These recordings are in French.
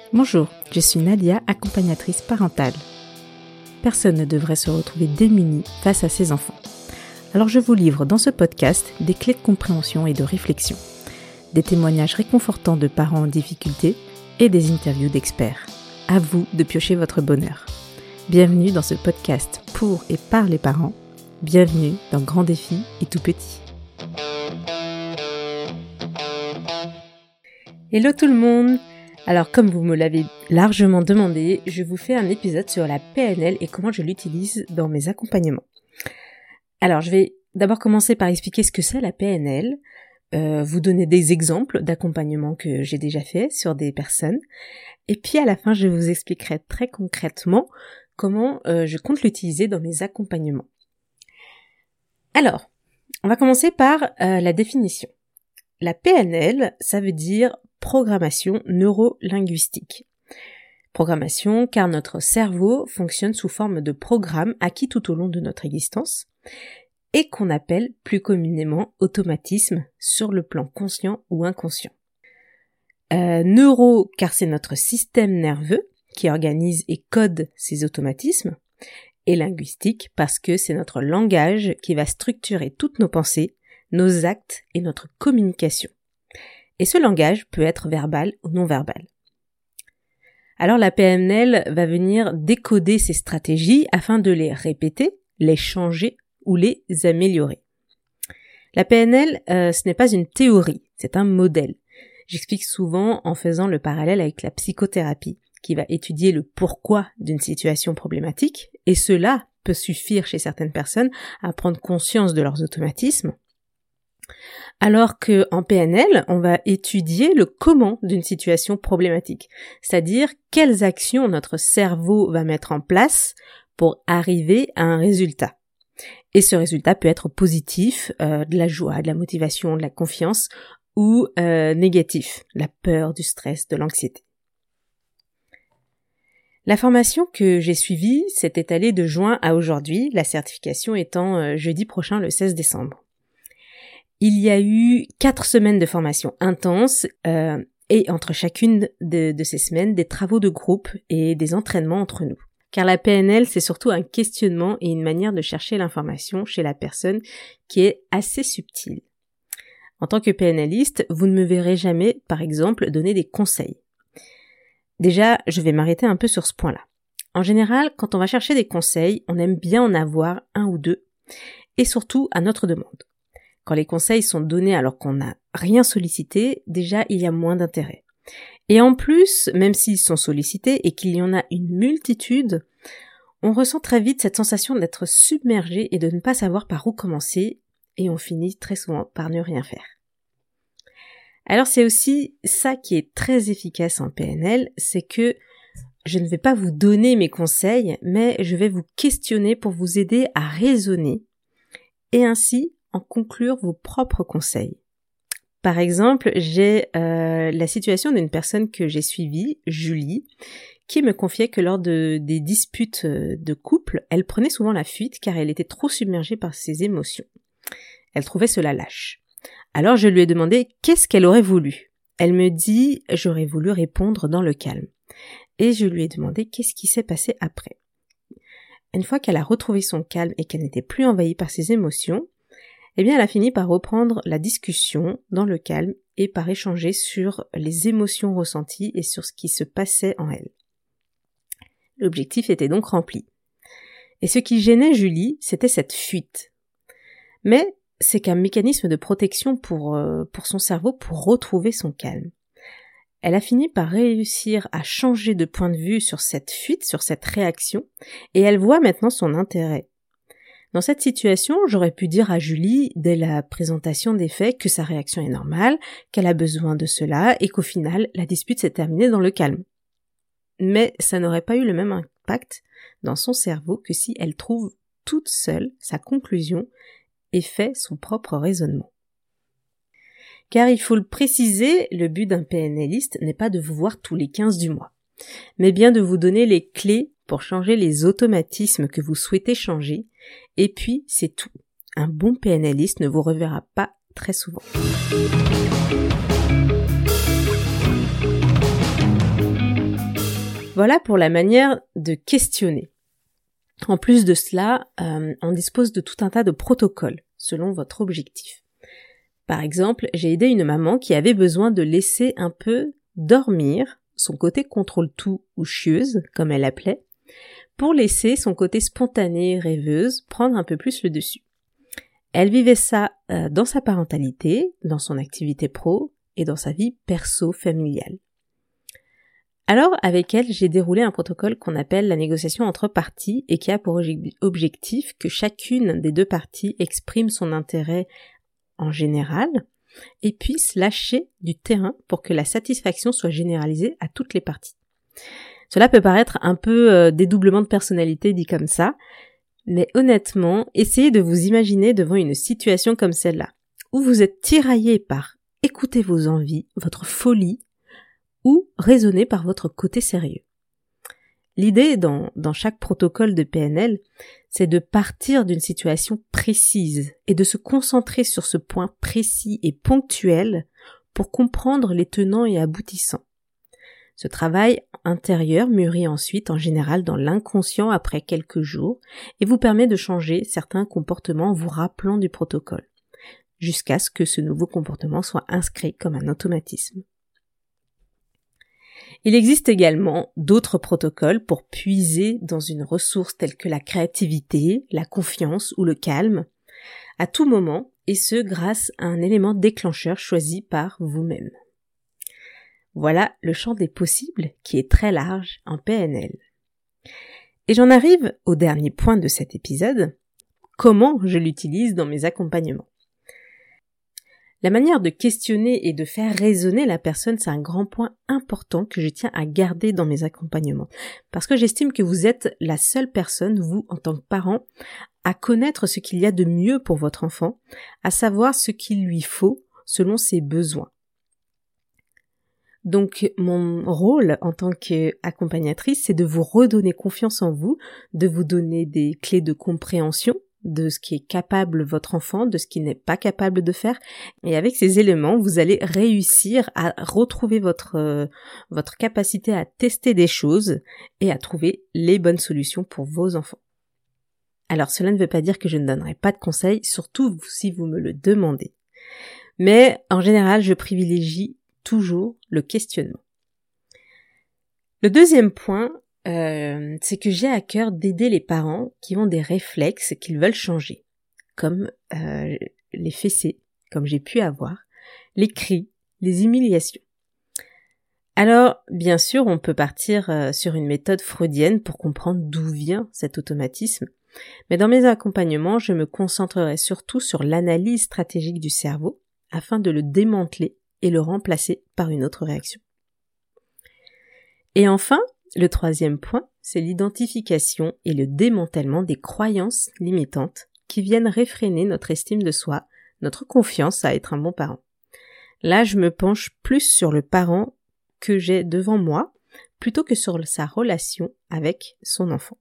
Bonjour, je suis Nadia, accompagnatrice parentale. Personne ne devrait se retrouver démuni face à ses enfants. Alors je vous livre dans ce podcast des clés de compréhension et de réflexion, des témoignages réconfortants de parents en difficulté et des interviews d'experts. À vous de piocher votre bonheur. Bienvenue dans ce podcast pour et par les parents. Bienvenue dans Grands Défis et Tout Petits. Hello tout le monde! Alors comme vous me l'avez largement demandé, je vous fais un épisode sur la PNL et comment je l'utilise dans mes accompagnements. Alors je vais d'abord commencer par expliquer ce que c'est la PNL, vous donner des exemples d'accompagnements que j'ai déjà fait sur des personnes, et puis à la fin je vous expliquerai très concrètement comment je compte l'utiliser dans mes accompagnements. Alors, on va commencer par la définition. La PNL, ça veut dire programmation neuro-linguistique. Programmation car notre cerveau fonctionne sous forme de programmes acquis tout au long de notre existence et qu'on appelle plus communément automatisme sur le plan conscient ou inconscient. Neuro car c'est notre système nerveux qui organise et code ces automatismes, et linguistique parce que c'est notre langage qui va structurer toutes nos pensées, nos actes et notre communication. Et ce langage peut être verbal ou non verbal. Alors la PNL va venir décoder ces stratégies afin de les répéter, les changer ou les améliorer. La PNL, ce n'est pas une théorie, c'est un modèle. J'explique souvent en faisant le parallèle avec la psychothérapie, qui va étudier le pourquoi d'une situation problématique, et cela peut suffire chez certaines personnes à prendre conscience de leurs automatismes, alors que en PNL, on va étudier le comment d'une situation problématique, c'est-à-dire quelles actions notre cerveau va mettre en place pour arriver à un résultat. Et ce résultat peut être positif, de la joie, de la motivation, de la confiance, ou négatif, la peur, du stress, de l'anxiété. La formation que j'ai suivie s'est étalée de juin à aujourd'hui, la certification étant jeudi prochain le 16 décembre. Il y a eu 4 semaines de formation intense et entre chacune de ces semaines, des travaux de groupe et des entraînements entre nous. Car la PNL, c'est surtout un questionnement et une manière de chercher l'information chez la personne qui est assez subtile. En tant que PNListe, vous ne me verrez jamais, par exemple, donner des conseils. Déjà, je vais m'arrêter un peu sur ce point-là. En général, quand on va chercher des conseils, on aime bien en avoir un ou deux, et surtout à notre demande. Quand les conseils sont donnés alors qu'on n'a rien sollicité, déjà il y a moins d'intérêt. Et en plus, même s'ils sont sollicités et qu'il y en a une multitude, on ressent très vite cette sensation d'être submergé et de ne pas savoir par où commencer, et on finit très souvent par ne rien faire. Alors c'est aussi ça qui est très efficace en PNL, c'est que je ne vais pas vous donner mes conseils, mais je vais vous questionner pour vous aider à raisonner et ainsi en conclure vos propres conseils. Par exemple, j'ai la situation d'une personne que j'ai suivie, Julie, qui me confiait que lors des disputes de couple, elle prenait souvent la fuite car elle était trop submergée par ses émotions. Elle trouvait cela lâche. Alors je lui ai demandé qu'est-ce qu'elle aurait voulu. Elle me dit « j'aurais voulu répondre dans le calme ». Et je lui ai demandé qu'est-ce qui s'est passé après. Une fois qu'elle a retrouvé son calme et qu'elle n'était plus envahie par ses émotions, eh bien elle a fini par reprendre la discussion dans le calme et par échanger sur les émotions ressenties et sur ce qui se passait en elle. L'objectif était donc rempli. Et ce qui gênait Julie, c'était cette fuite. Mais c'est qu'un mécanisme de protection pour son cerveau pour retrouver son calme. Elle a fini par réussir à changer de point de vue sur cette fuite, sur cette réaction, et elle voit maintenant son intérêt. Dans cette situation, j'aurais pu dire à Julie, dès la présentation des faits, que sa réaction est normale, qu'elle a besoin de cela, et qu'au final, la dispute s'est terminée dans le calme. Mais ça n'aurait pas eu le même impact dans son cerveau que si elle trouve toute seule sa conclusion et fait son propre raisonnement. Car il faut le préciser, le but d'un PNListe n'est pas de vous voir tous les 15 du mois, mais bien de vous donner les clés pour changer les automatismes que vous souhaitez changer, et puis c'est tout. Un bon PNListe ne vous reverra pas très souvent. « Voilà pour la manière de questionner. En plus de cela, on dispose de tout un tas de protocoles selon votre objectif. Par exemple, j'ai aidé une maman qui avait besoin de laisser un peu dormir son côté contrôle-tout ou chieuse, comme elle l'appelait, pour laisser son côté spontané, rêveuse, prendre un peu plus le dessus. Elle vivait ça dans sa parentalité, dans son activité pro et dans sa vie perso-familiale. Alors, avec elle, j'ai déroulé un protocole qu'on appelle la négociation entre parties et qui a pour objectif que chacune des deux parties exprime son intérêt en général et puisse lâcher du terrain pour que la satisfaction soit généralisée à toutes les parties. Cela peut paraître un peu dédoublement de personnalité dit comme ça, mais honnêtement, essayez de vous imaginer devant une situation comme celle-là, où vous êtes tiraillé par écouter vos envies, votre folie, ou raisonner par votre côté sérieux. L'idée dans chaque protocole de PNL, c'est de partir d'une situation précise et de se concentrer sur ce point précis et ponctuel pour comprendre les tenants et aboutissants. Ce travail intérieur mûrit ensuite en général dans l'inconscient après quelques jours et vous permet de changer certains comportements en vous rappelant du protocole, jusqu'à ce que ce nouveau comportement soit inscrit comme un automatisme. Il existe également d'autres protocoles pour puiser dans une ressource telle que la créativité, la confiance ou le calme, à tout moment, et ce grâce à un élément déclencheur choisi par vous-même. Voilà le champ des possibles qui est très large en PNL. Et j'en arrive au dernier point de cet épisode, comment je l'utilise dans mes accompagnements. La manière de questionner et de faire raisonner la personne, c'est un grand point important que je tiens à garder dans mes accompagnements. Parce que j'estime que vous êtes la seule personne, vous, en tant que parent, à connaître ce qu'il y a de mieux pour votre enfant, à savoir ce qu'il lui faut selon ses besoins. Donc, mon rôle en tant qu'accompagnatrice, c'est de vous redonner confiance en vous, de vous donner des clés de compréhension de ce qui est capable votre enfant, de ce qu'il n'est pas capable de faire. Et avec ces éléments, vous allez réussir à retrouver votre capacité à tester des choses et à trouver les bonnes solutions pour vos enfants. Alors, cela ne veut pas dire que je ne donnerai pas de conseils, surtout si vous me le demandez. Mais, en général, je privilégie toujours le questionnement. Le deuxième point, c'est que j'ai à cœur d'aider les parents qui ont des réflexes qu'ils veulent changer, comme les fessées, comme j'ai pu avoir, les cris, les humiliations. Alors, bien sûr, on peut partir sur une méthode freudienne pour comprendre d'où vient cet automatisme, mais dans mes accompagnements, je me concentrerai surtout sur l'analyse stratégique du cerveau afin de le démanteler et le remplacer par une autre réaction. Et enfin, le troisième point, c'est l'identification et le démantèlement des croyances limitantes qui viennent réfréner notre estime de soi, notre confiance à être un bon parent. Là, je me penche plus sur le parent que j'ai devant moi, plutôt que sur sa relation avec son enfant.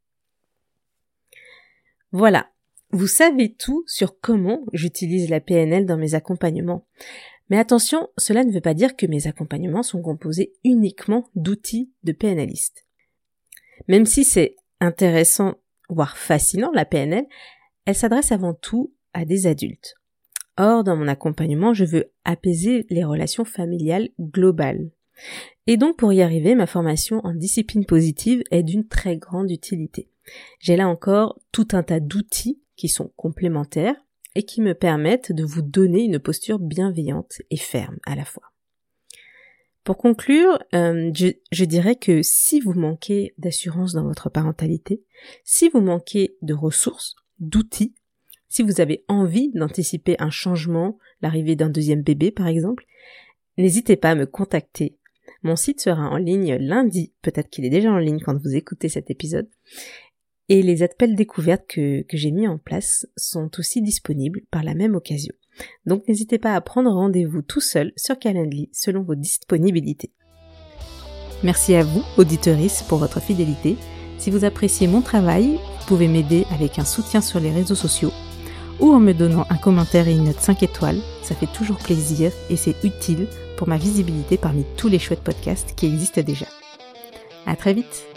Voilà, vous savez tout sur comment j'utilise la PNL dans mes accompagnements. Mais attention, cela ne veut pas dire que mes accompagnements sont composés uniquement d'outils de PNListes. Même si c'est intéressant, voire fascinant, la PNL, elle s'adresse avant tout à des adultes. Or, dans mon accompagnement, je veux apaiser les relations familiales globales. Et donc, pour y arriver, ma formation en discipline positive est d'une très grande utilité. J'ai là encore tout un tas d'outils qui sont complémentaires, et qui me permettent de vous donner une posture bienveillante et ferme à la fois. Pour conclure, je dirais que si vous manquez d'assurance dans votre parentalité, si vous manquez de ressources, d'outils, si vous avez envie d'anticiper un changement, l'arrivée d'un deuxième bébé par exemple, n'hésitez pas à me contacter. Mon site sera en ligne lundi, peut-être qu'il est déjà en ligne quand vous écoutez cet épisode. Et les appels découvertes que j'ai mis en place sont aussi disponibles par la même occasion. Donc n'hésitez pas à prendre rendez-vous tout seul sur Calendly selon vos disponibilités. Merci à vous, auditeurices, pour votre fidélité. Si vous appréciez mon travail, vous pouvez m'aider avec un soutien sur les réseaux sociaux ou en me donnant un commentaire et une note 5 étoiles. Ça fait toujours plaisir et c'est utile pour ma visibilité parmi tous les chouettes podcasts qui existent déjà. À très vite.